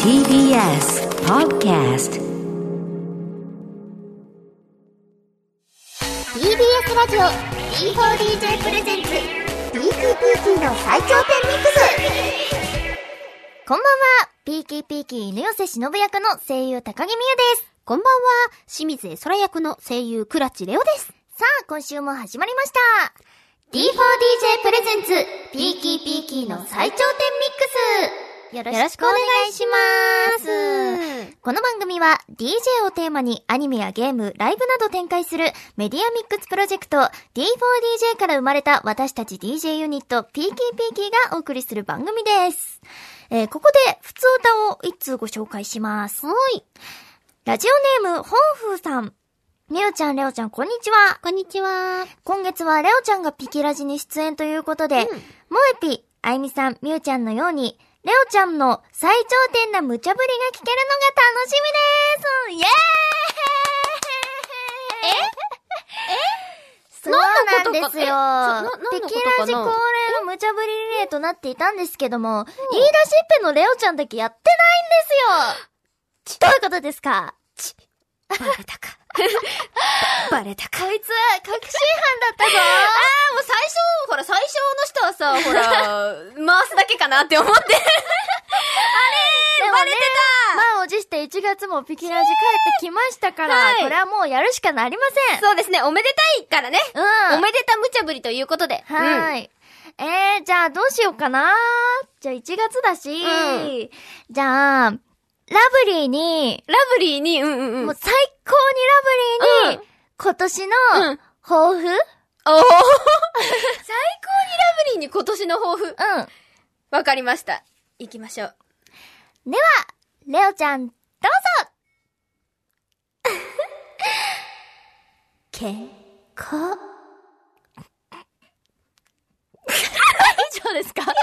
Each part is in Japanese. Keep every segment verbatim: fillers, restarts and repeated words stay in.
ティービーエス Podcast ティービーエス ラジオ ディーフォーディージェー プレゼンツ ピーキーピーキーの最頂点ミックス。こんばんは、ピーキーピーキー犬寄せ忍役の声優高木美優です。 こんばんは、清水絵空役の声優倉地レオです。 さあ、今週も始まりました ディーフォーディージェー プレゼンツ ピーキーピーキーの最頂点ミックス。よろしくお願いします。この番組は ディージェー をテーマにアニメやゲーム、ライブなど展開するメディアミックスプロジェクト ディーフォーディージェー から生まれた私たち ディージェー ユニット ピーキーピーキーがお送りする番組です。えー、ここで普通歌を一通ご紹介します。 はい。 ラジオネーム本風さん。みおちゃん、レオちゃん、こんにちは。 こんにちは。 今月はレオちゃんがピキラジに出演ということで、うん、もえぴ、あいみさん、みおちゃんのように、レオちゃんの最頂点な無茶ぶりが聞けるのが楽しみです。イエーイええそうなんですよ。ピキラジ恒例の無茶ぶりリレーとなっていたんですけども、言い出しっぺのレオちゃんだけやってないんですよ。どういうことですか？ ち、バレたか。バレたか。 こいつ、確信犯だったぞ。 あー、もう最初、ほら、最初の人はさ、ほら、回すだけかなって思って。あれー、バレてた。 満を持していちがつもピキラジ帰ってきましたから、はい、これはもうやるしかなりません。 そうですね、おめでたいからね。うん。おめでた無茶ぶりということで。 はい。うん、えー、じゃあどうしようかな。じゃあいちがつだし、うん、じゃあ、ラブリーに、 ラブリーに、うんうんうん。 もう最高にラブリーに、うん、今年の抱負、うん、おー最高にラブリーに今年の抱負。うん。わかりました。行きましょう。 では、レオちゃん、どうぞ健康。以上ですか？もうちょっ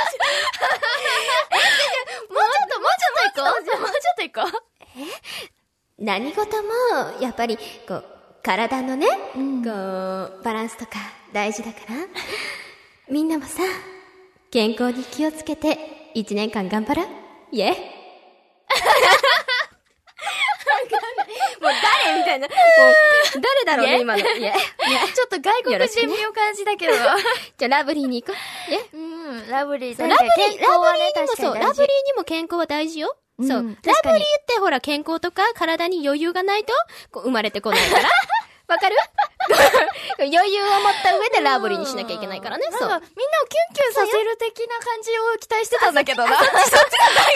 と、もうちょっと行こう。じゃあもうちょっと行こう。 え？何事も、やっぱり、こう、体のね、うん、こう、バランスとか大事だから、みんなもさ、健康に気をつけて、一年間頑張らん？イェもう誰みたいな。もう、誰だろうね、今の。いや、 ちょっと外国人味を感じだけど。 じゃあ、ラブリーに行こう。えうん、ラブリー。 ラブリー、ラブリーにもそう、ラブリーにも健康は大事よ。そう。ラブリーってほら、健康とか体に余裕がないと、こう生まれてこないから。わかる？余裕を持った上でラブリーにしなきゃいけないからね。そう。みんなをキュンキュンさせる的な感じを期待してたんだけどな。 そっち、そっちなんだ。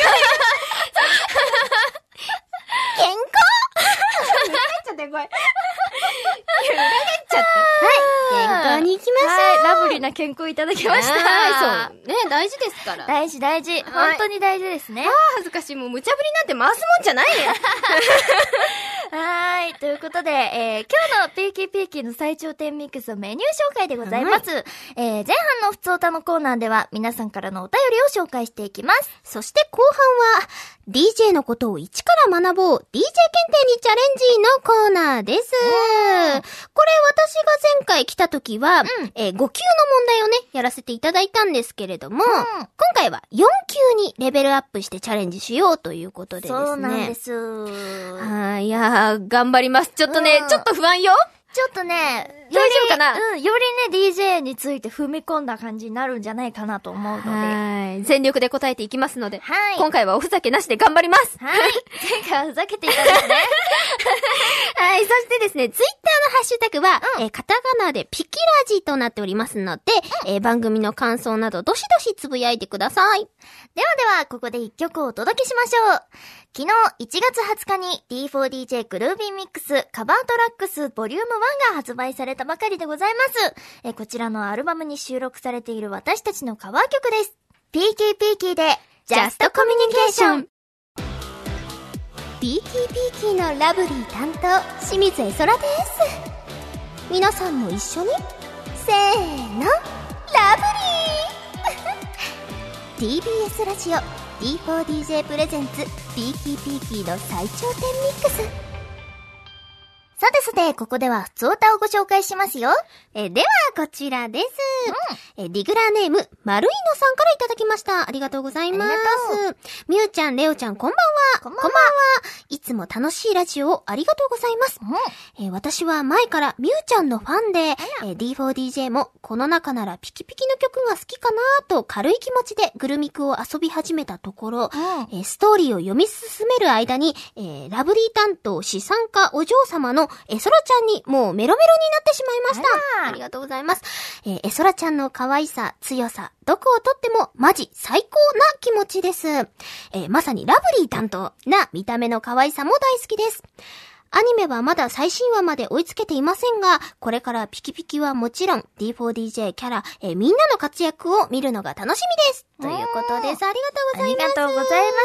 健康裏返っちゃったよ、これ。裏返っちゃった。はい。健康に行きましょう。 はい。ラブリーな健康いただきました。 はい、そう。ね、大事ですから。 大事、大事。本当に大事ですね。 ああ、恥ずかしい。もう無茶ぶりなんて回すもんじゃないよ。 はい。ということで、えー、今日のピーキーピーキーの最頂点ミックスメニュー紹介でございます。はい、えー、前半のふつおたのコーナーでは皆さんからのお便りを紹介していきます。 そして後半は、ディージェー のことを一から学ぼう ディージェー 検定にチャレンジのコーナーです。これ私が前回来た時は、うん、えー、ご級の問題をね、やらせていただいたんですけれども、うん、今回はよん級にレベルアップしてチャレンジしようということでですね。 そうなんです。 はい、いやー、頑張ります。ちょっとね、うん、ちょっと不安よ。 ちょっとね、 大丈夫かな？ うん、よりね、ディージェー について踏み込んだ感じになるんじゃないかなと思うので。 はい。全力で答えていきますので。 はい。 今回はおふざけなしで頑張ります。 はい。前回はふざけていたんですね。 はい。そしてですね、ツイッターのハッシュタグは、うん、えー、カタカナでピキラジとなっておりますので、うん、えー、番組の感想などどしどしつぶやいてください。 ではでは、ここで一曲お届けしましょう。昨日いちがつはつかに ディーフォーディージェー グルービーミックスカバートラックスボリュームワンが発売されたばかりでございます。えこちらのアルバムに収録されている私たちのカバー曲です。ピーキーピーキーでジャストコミュニケーション。 ピーキーピーキーのラブリー担当清水絵空です。皆さんも一緒にせーのラブリー。 ティービーエス ラジオ ディーフォーディージェー プレゼンツ ピーキーピーキーの最頂点ミックス。 さてさて、ここでは普通歌をご紹介しますよ。 えー、では、こちらです。うん、えー、リグラーネーム、まるいのさんからいただきました。ありがとうございます。みゆちゃん、レオちゃん、こんばんは。 こんばんは。 いつも楽しいラジオをありがとうございます。うん、えー、私は前からみゆちゃんのファンで、えー、ディーフォーディージェー もこの中ならピキピキの曲が好きかなと軽い気持ちでグルミクを遊び始めたところ、うん、えー、ストーリーを読み進める間に、えー、ラブリー担当資産家お嬢様のエソラちゃんにもうメロメロになってしまいました。あ, ありがとうございます。えー、エソラちゃんの可愛さ、強さ、どこをとってもマジ最高な気持ちです。えー、まさにラブリー担当な見た目の可愛さも大好きです。アニメはまだ最新話まで追いつけていませんが、これからピキピキはもちろん ディーフォーディージェー キャラ、えー、みんなの活躍を見るのが楽しみです。ということです。ありがとうございます。 ありがとうございます。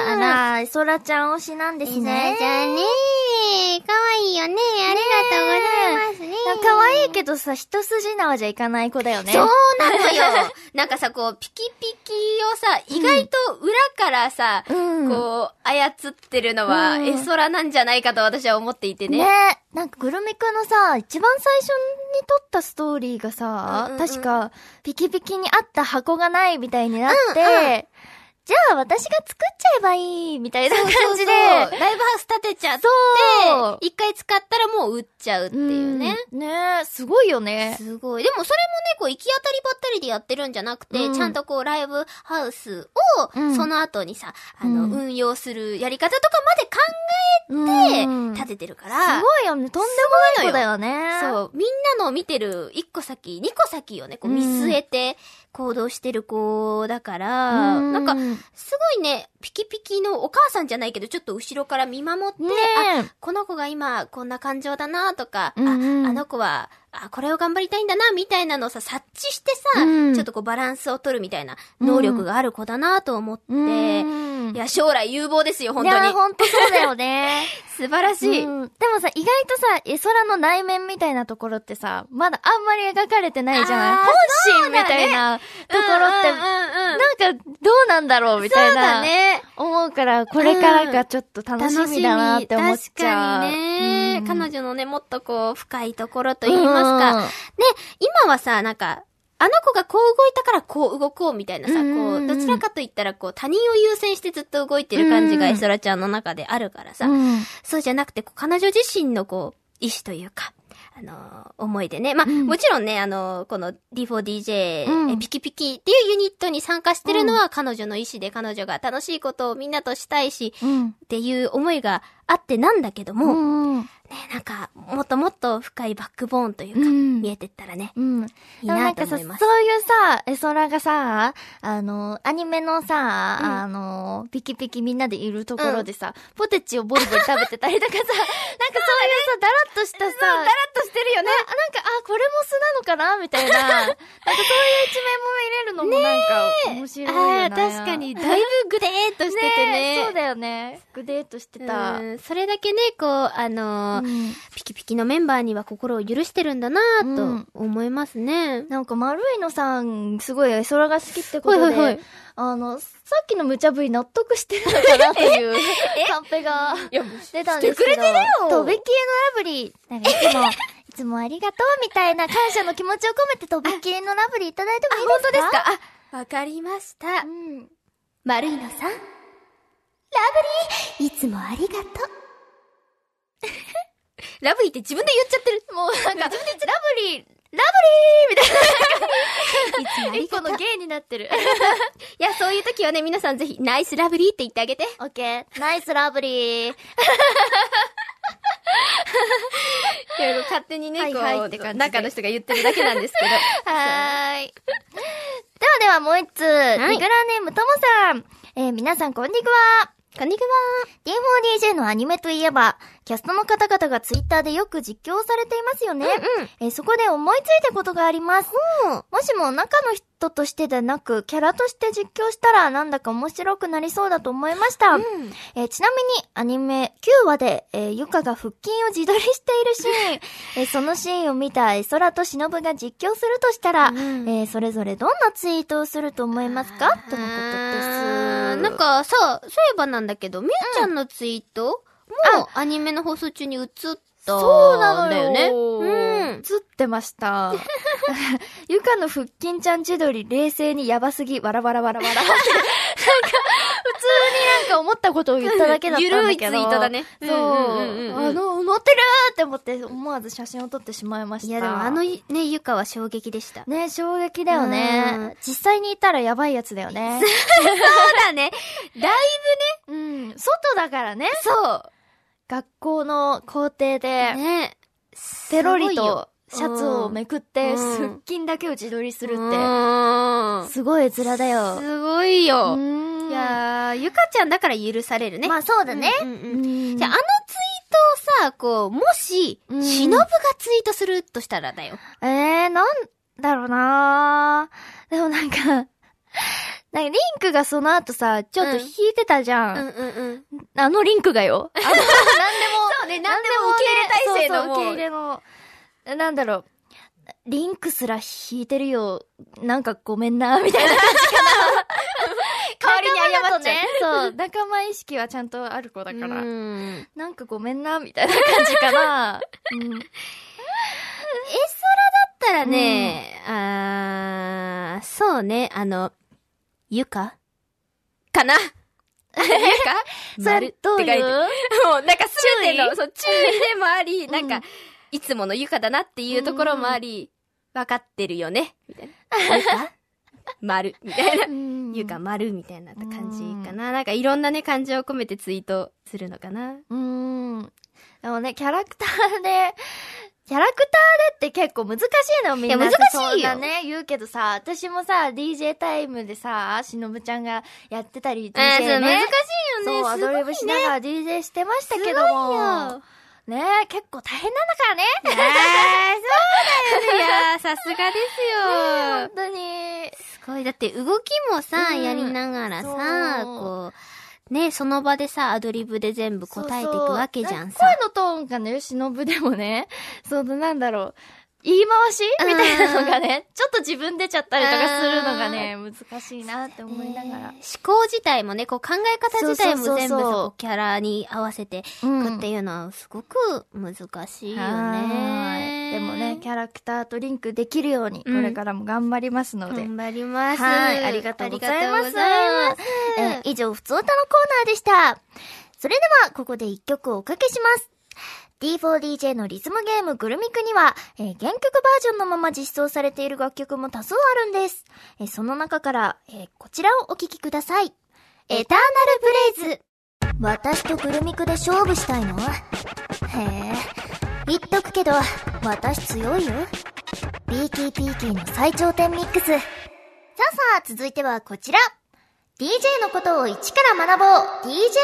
あら、エソラちゃん推しなんですね。 エソラちゃんね。かわいいよね。ありがとうございますね。 かわいいけどさ、一筋縄じゃいかない子だよね。 そうなのよ。なんかさ、こう、ピキピキをさ、意外と裏からさ、うん、こう、操ってるのは、エソラなんじゃないかと私は思っていてね。 ね。なんかグルミクのさ、一番最初に撮ったストーリーがさ、うんうんうん、確か、ピキピキにあった箱がないみたいになって、うんうん、じゃあ私が作っちゃえばいいみたいな感じで、そうそうそう、 ライブハウス建てちゃって、一回使ったらもう売っちゃうっていうね。 うん、ねえ、すごいよね。 すごい。でもそれもね、こう行き当たりばったりでやってるんじゃなくて、うん、ちゃんとこうライブハウスを、うん、その後にさ、あの、うん、運用するやり方とかまで考えて、立ててるから。 すごいよね。とんでもない子だよね。 そう。みんなの見てる一個先、二個先をね、こう見据えて行動してる子だから、うん、なんか、すごいね、ピキピキのお母さんじゃないけど、ちょっと後ろから見守って、ね、あ、この子が今こんな感情だなとか、うんうん、あ、あの子は、あ、これを頑張りたいんだな、みたいなのをさ、察知してさ、うん、ちょっとこうバランスを取るみたいな能力がある子だなと思って、うん、いや、将来有望ですよ、本当に。いや、本当そうだよね。 素晴らしい、 うん。でもさ、意外とさ、エソラの内面みたいなところってさ、まだあんまり描かれてないじゃない？本心みたいなところって、なんか、どうなんだろうみたいな。そうだね。思うから、これからがちょっと楽しみだなって思っちゃう。 確かにね、うん。彼女のね、もっとこう、深いところと言いますか。うん、ね、今はさ、なんか、あの子がこう動いたからこう動こうみたいなさ、こう、どちらかと言ったらこう、他人を優先してずっと動いてる感じがエソラちゃんの中であるからさ、うん、そうじゃなくて、こう彼女自身のこう、意志というか、あの、思いでね。まあ、うん、もちろんね、あの、この ディーフォーディージェー、うん、ピキピキっていうユニットに参加してるのは彼女の意志で、彼女が楽しいことをみんなとしたいし、うん、っていう思いがあってなんだけども、うん、ね、なんか、もっともっと深いバックボーンというか、うん、見えてったらね、うん、いいなと思います。 そういうさ、エソラがさ、あの、アニメのさ、うん、あの、ピキピキみんなでいるところでさ、うん、ポテチをボリボリ食べてたりとかさ、なんかそういうさ、ダラッとしたさ、 ダラッとしてるよね。 な, なんか、あ、これも素なのかなみたいな、なんかそういう一面も見れるのもなんか面白いよね。 あ、確かに、だいぶグデーっとしててね。 ね、そうだよね。グデーっとしてた。 うん、それだけね、こう、あのーうん、ピキピキのメンバーには心を許してるんだなと思いますね。 うん、なんか、丸いのさん、すごいエソラが好きってことで、はいはいはい、あの、さっきの無茶ぶり納得してるのかなっていうカンペが出たんですけど、 してくれてるよ。 とびっきりのラブリー、なんかいつも、いつもありがとうみたいな感謝の気持ちを込めてとびっきりのラブリーいただいてもいいですか？ あ、本当ですか？あ、わかりました。うん。丸いのさん、ラブリー、いつもありがとう。ラブリーって自分で言っちゃってる。 もうなんか、ラブリー、ラブリーみたいな。いつもありがとう。一個の芸になってる。 いや、そういう時はね、皆さんぜひ、ナイスラブリーって言ってあげて。 オッケー。ナイスラブリー。 いろいろ勝手にね、はいはい、こう、って感じで中の人が言ってるだけなんですけど。 はーい。ではではもう一つ、はい、リグラーネームともさん。えー、皆さんこんにちは。 こんにちは。 ディーフォーディージェー のアニメといえば、キャストの方々がツイッターでよく実況されていますよね。うんうん、えー、そこで思いついたことがあります。うん、もしも中の人としてでなく、キャラとして実況したらなんだか面白くなりそうだと思いました。うん、えー、ちなみにアニメきゅうわで、えー、ユカが腹筋を自撮りしているシーン、えー、そのシーンを見たエソラとシノブが実況するとしたら、うん、えー、それぞれどんなツイートをすると思いますかとのことです。 なんかさ、そういえばなんだけど、みゆちゃんのツイート、うん、もうアニメの放送中に映ってた。 そうなのよ。 だよね。 うん。映ってました。ゆかの腹筋ちゃん千鳥、冷静にやばすぎ、わらわらわらわら。なんか、普通になんか思ったことを言っただけだったんだけど。 ゆるいツイートだね。 そう。あの、乗ってるーって思って思わず写真を撮ってしまいました。 いやでもあのね、ゆかは衝撃でした。 ね、衝撃だよね。実際にいたらやばいやつだよね。 そうだね。だいぶね。うん。外だからね。 そう。 学校の校庭で、 ね、 ペロリとシャツをめくって、腹筋だけを自撮りするって、すごい絵面だよ。 すごいよ。いやー、ゆかちゃんだから許されるね。 まあそうだね。 じゃあ、あのツイートをさ、こう、もし、しのぶがツイートするとしたらだよ。 えー、なんだろうなー。でもなんか、なんかリンクがその後さ、ちょっと引いてたじゃん。うんうんうん。あのリンクがよ。あの、なんでも、 そうね、なんでも受け入れ体制の。 そうそう、受け入れの。なんだろう。リンクすら引いてるよ。なんかごめんな、みたいな感じかな。 代わりに謝っちゃう。 ね、そう、仲間意識はちゃんとある子だから。うんなんかごめんな、みたいな感じかな。うん。え、そらだったらね、うん、あー、そうね、あの、ゆかかなゆか丸って書いてる。もう、なんかすべての、そう、注意でもあり、なんか、いつものゆかだなっていうところもあり、わかってるよねみたいな。ゆか丸みたいな。ゆか丸みたいな感じかな。なんかいろんなね、感情を込めてツイートするのかな。 うーん。でもね、キャラクターで、キャラクターでって結構難しいのみんな。いや、難しいよ。そうだね、言うけどさ、私もさ、ディージェー タイムでさ、しのぶちゃんがやってたり、ディージェー ね。 難しいよね。 そう、アドリブしながら ディージェー してましたけども。ねえ、結構大変なんだからね。 えー、そうだよね。いやさすがですよ。 本当に。 すごい。だって動きもさ、やりながらさ、こう、ね、その場でさ、アドリブで全部答えていくわけじゃんさ。 声のトーンがね、しのぶでもね、そのなんだろう。言い回しみたいなのがね、ちょっと自分出ちゃったりとかするのがね、難しいなって思いながら。 思考自体もね、こう考え方自体も全部そうキャラに合わせていくっていうのはすごく難しいよね。 でもね、キャラクターとリンクできるように、これからも頑張りますので。 頑張ります。 はい、ありがとうございます。 えー、以上、ふつおたのコーナーでした。それでは、ここで一曲おかけします。ディーフォーディージェー のリズムゲームグルミクには、えー、原曲バージョンのまま実装されている楽曲も多数あるんです。えー、その中から、えー、こちらをお聴きください。エターナルブレイズ。私とグルミクで勝負したいの？へえ。言っとくけど、私強いよ。ピーキーピーキーの最頂点ミックス。さあさあ、続いてはこちら。ディージェー のことを一から学ぼう ディージェー 検定にチャレンジ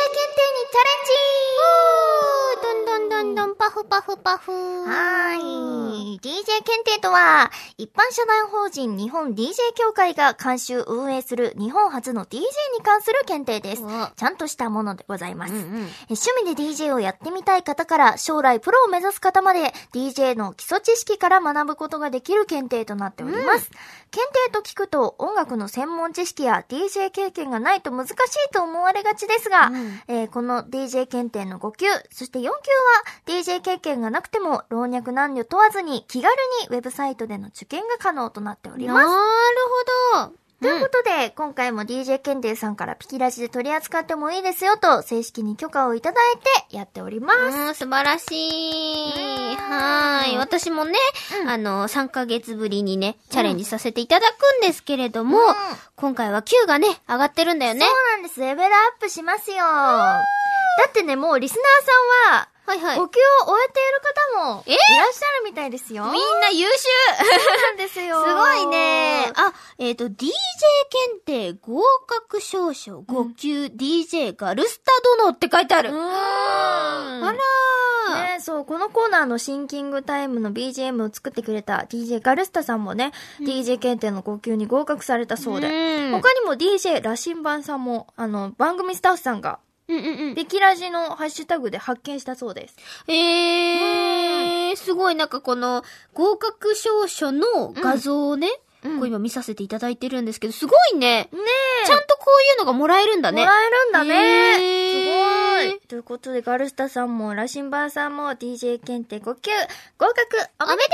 どんどんどんどんパフパフパフはーい ディージェー 検定とは一般社団法人日本 ディージェー 協会が監修運営する日本初の ディージェー に関する検定です。ちゃんとしたものでございます、うんうん、趣味で ディージェー をやってみたい方から将来プロを目指す方まで ディージェー の基礎知識から学ぶことができる検定となっております、うん、検定と聞くと音楽の専門知識や ディージェー 経験がないと難しいと思われがちですが、うんえー、この ディージェー 検定のご級、そしてよん級は ディージェー 経験がなくても老若男女問わずに気軽にウェブサイトでの受験が可能となっております。 なるほど。 ということで、うん、今回も ディージェー 検定さんからピキラジで取り扱ってもいいですよと正式に許可をいただいてやっております。 うん、素晴らしい。はーい。私もね、うん、あの、さんかげつぶりにね、チャレンジさせていただくんですけれども、うん、今回は級がね、上がってるんだよね。 そうなんです。レベルアップしますよ。だってね、もうリスナーさんは、はいはい。ご級を終えている方もいらっしゃるみたいですよ。 みんな優秀そうなんですよ。 すごいね。あ、えっと、ディージェー 検定合格証書ご級 ディージェー ガルスタ殿って書いてある。うーん。あらー。ね、そう、このコーナーのシンキングタイムの ビージーエム を作ってくれた ディージェー ガルスタさんもね、うん、ディージェー 検定のご級に合格されたそうで。うん、他にも ディージェー 羅針盤さんも、あの、番組スタッフさんが、うんうんうん。ピキラジのハッシュタグで発見したそうです。 えー、すごいなんかこの合格証書の画像をね、うん、こう今見させていただいてるんですけど、すごいね。ねえ。ちゃんとこういうのがもらえるんだね。 もらえるんだね。すごい。ということで、ガルスタさんも、ラシンバーさんも、ディージェー 検定ご級、合格、おめでとうございます。 おめでとうござい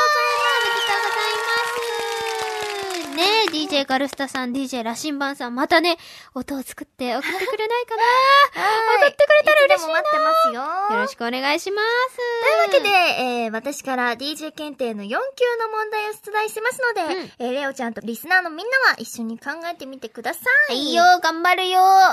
ますねえ、ディージェー ガルスタさん、ディージェー ラシンバンさん、またね、音を作って送ってくれないかな送ってくれたら嬉しいな。 いつでも待ってますよ。 よろしくお願いします。 というわけで、えー、私から ディージェー 検定のよん級の問題を出題しますので、うん、えー、レオちゃんとリスナーのみんなは一緒に考えてみてください。 はいよ、頑張るよ。 はい。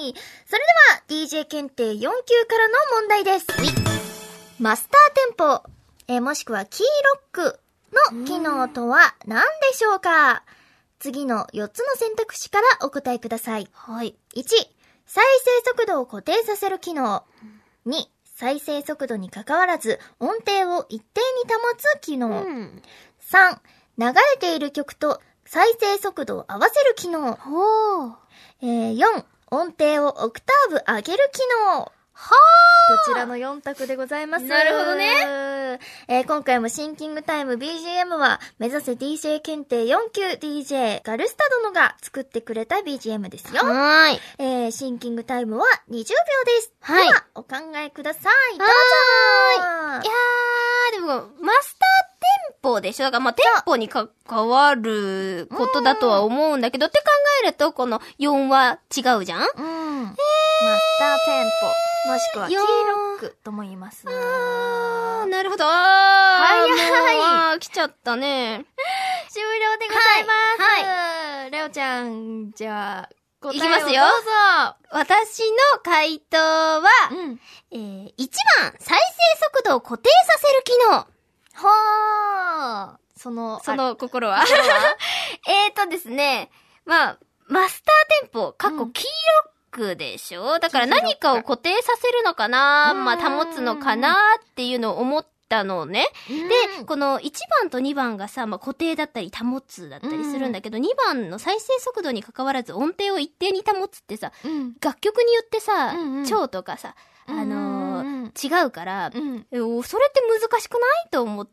それでは、ディージェー 検定よん級からの問題です。マスターテンポ、えー、もしくはキーロックの機能とは何でしょうか？次のよっつの選択肢からお答えください。 はい。 いち、再生速度を固定させる機能。に、再生速度に関わらず音程を一定に保つ機能。うん、さん、流れている曲と再生速度を合わせる機能。 ほう。 えー、よん、音程をオクターブ上げる機能。 はあ、こちらのよん択でございます。 なるほどね。 えー、今回もシンキングタイム ビージーエム は目指せ ディージェー 検定よん級 ディージェー ガルスタ殿が作ってくれた ビージーエム ですよ。 はーい。 えー、シンキングタイムはにじゅうびょうです。 はい。 では、お考えください。どうぞー。いやー、でも、マスターテンポでしょ？だからまあ、テンポに関わることだとは思うんだけど、って考えると、このよんは違うじゃん？ うん。マスターテンポ。もしくは、キーロックとも言います。 あー、なるほど。 はいはい。来ちゃったね。 終了でございます。 はい。 はい、レオちゃん、じゃあ、答えをいきますよ。 どうぞ。 私の回答は、 うん、 えー、いちばん、再生速度を固定させる機能。 はー。その、 その心はえーとですね、まあ、マスターテンポ、過去キーロックでしょ、だから何かを固定させるのかな、まあ保つのかなっていうのを思ったのね。で、このいちばんとにばんがさ、まあ固定だったり保つだったりするんだけど、にばんの再生速度に関わらず音程を一定に保つってさ、うん、楽曲によってさ、うんうん、調とかさ、あのーうんうん、違うから、うん、それって難しくないと思って、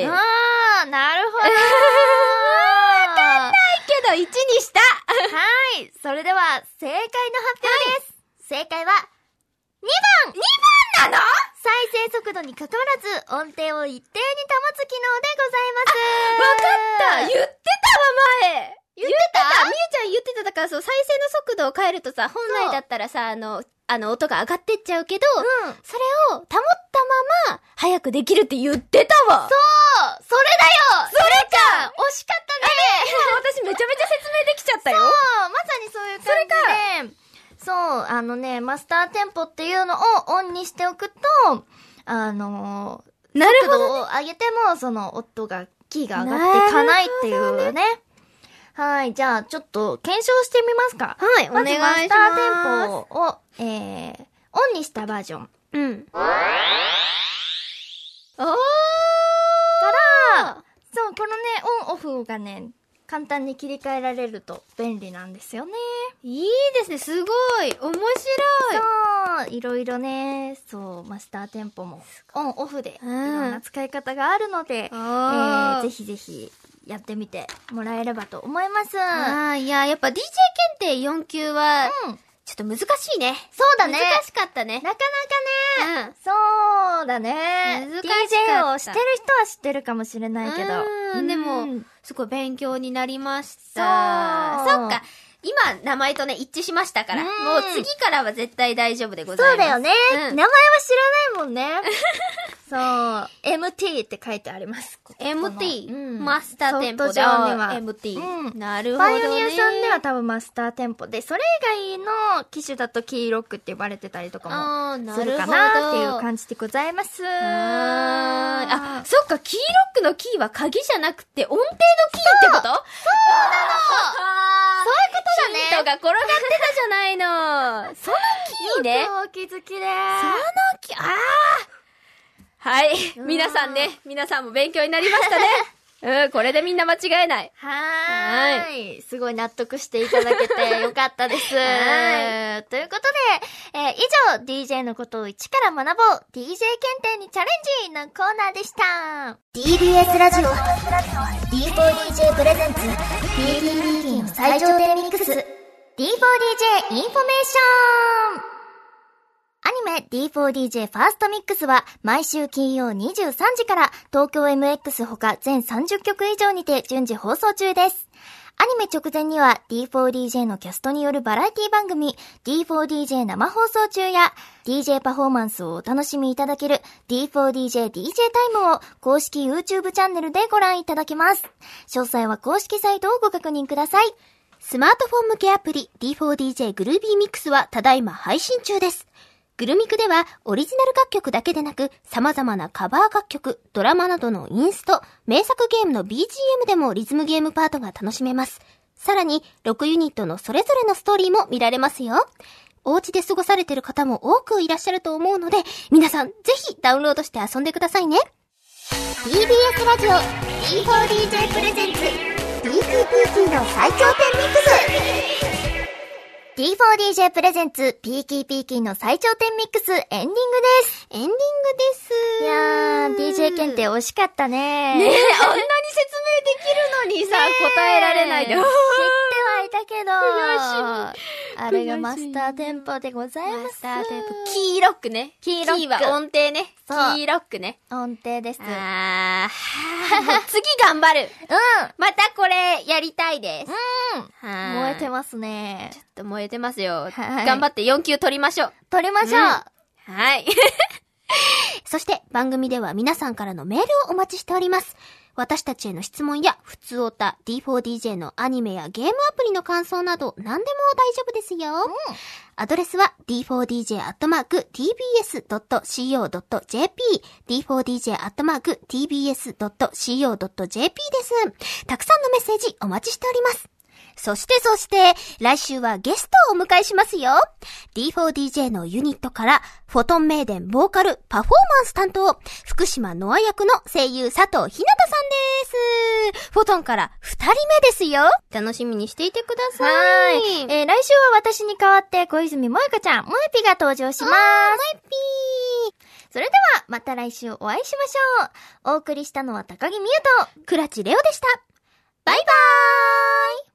あー、なるほど。わかんないけどいちにした。 はい。それでは、正解の発表です。はい、正解は、にばん !にばんなの？再生速度に関わらず、音程を一定に保つ機能でございます。 あ、わかった。言ってたわ、前。 言ってた？ みゆちゃん言ってた。だからそう、再生の速度を変えるとさ、本来だったらさ、あの、あの、音が上がってっちゃうけど、うん、それを保ったまま、早くできるって言ってたわ。 そうそれだよ。 それか。 惜しかったね。 今私めちゃめちゃ説明できちゃったよ。 そう、まさにそういう感じで。そう、あのね、マスターテンポっていうのをオンにしておくと、あのー、 なるほど、ね、 速度を上げても、その音が、キーが上がっていかないっていうね。はい、じゃあ、ちょっと、検証してみますか。 はい、お願いします。 まずマスターテンポを、えー、オンにしたバージョン。 うん。おーから、そう、このね、オンオフがね、簡単に切り替えられると便利なんですよね。 いいですね、すごい。面白い。 そう、いろいろね、そう、マスターテンポもオンオフで、いろんな使い方があるので、うん、えー、ぜひぜひやってみてもらえればと思います。 ああ、いや、やっぱ ディージェー 検定よん級は、うん、ちょっと難しいね。 そうだね。 難しかったね。 なかなかね。うん。そうだね。難しかった。ディージェー を知ってる人は知ってるかもしれないけど。 うん、でも、すごい勉強になりました。そう。そっか。今、名前とね、一致しましたから。もう次からは絶対大丈夫でございます。 そうだよね。うん、名前は知らないもんね。そう。エムティー って書いてあります。 エムティー、うん、マスターテンポで。エムティー、うん。なるほどね。 パイオニアさんでは多分マスターテンポで、それ以外の機種だとキーロックって呼ばれてたりとかもするかなっていう感じでございます。 ああ、そっか、キーロックのキーは鍵じゃなくて音程のキーってこと？そうなの。 そういうことだね。 ヒントが転がってたじゃないの。そのキーね。 よくお気づきで。そのキー、ああ。はい。皆さんね、皆さんも勉強になりましたね。うん、これでみんな間違えない。 はーい。はい。すごい納得していただけてよかったです。はい。ということで、えー、以上、ディージェー のことを一から学ぼう、ディージェー 検定にチャレンジのコーナーでした。ディービーエス ラジオ、ディーフォーディージェー プレゼンツ、ピーティーピーキー の最上点ミックス、ディーフォーディージェー インフォメーション。 メ ディーフォーディージェー ファーストミックスは毎週金曜にじゅうさんじから東京 エムエックス ほか全さんじゅっきょく以上にて順次放送中です。アニメ直前には ディーフォーディージェー のキャストによるバラエティ番組 ディーフォーディージェー 生放送中や ディージェー パフォーマンスをお楽しみいただける ディーフォーディージェー ディージェー タイムを公式 YouTube チャンネルでご覧いただけます。詳細は公式サイトをご確認ください。 スマートフォン向けアプリ ディーフォーディージェー グルービーミックスはただいま配信中です。グルミクではオリジナル楽曲だけでなく様々なカバー楽曲、ドラマなどのインスト、名作ゲームの ビージーエム でもリズムゲームパートが楽しめます。さらにろくユニットのそれぞれのストーリーも見られますよ。お家で過ごされている方も多くいらっしゃると思うので、皆さんぜひダウンロードして遊んでくださいね。 ティービーエス ラジオ ディーフォーディージェー プレゼンツ ピーキーピーキー の最頂点ミックス。ディーフォーディージェー プレゼンツピーキーピーキーの最頂点ミックスエンディングです。 エンディングです。 いやー、ディージェー 検定惜しかったね。 ねえ、あんなに説明できるのにさ、答えられないで。知ってはいたけど、 悔しい。 あれがマスターテンポでございます。 マスターテンポ。キーロックね。 キーロック。 キーは音程ね。キーロックね。 音程です。 あー、もう次頑張る。 うん。 またこれやりたいです。 うん。燃えてますね。 ちょっと燃えてますよ。 はい。 頑張ってよん級取りましょう。 取りましょう。うん、 はい。そして番組では皆さんからのメールをお待ちしております。私たちへの質問やふつおた ディーフォーディージェー のアニメやゲームアプリの感想など何でも大丈夫ですよ。うん、アドレスは ディーフォーディージェー アットマーク ティービーエス ドット シーオー ドット ジェーピー ディーフォーディージェー アットマーク ティービーエス ドット シーオー ドット ジェーピー です。たくさんのメッセージお待ちしております。そしてそして、来週はゲストをお迎えしますよ。ディーフォーディージェー のユニットから、フォトンメイデンボーカルパフォーマンス担当、福島ノア役の声優佐藤ひなたさんです。フォトンからふたりめですよ。楽しみにしていてください。 はい。えー、来週は私に代わって小泉萌香ちゃん、萌ピが登場します。萌ピー。それでは、また来週お会いしましょう。お送りしたのは高木美優と、 倉地レオでした。 バイバーイ。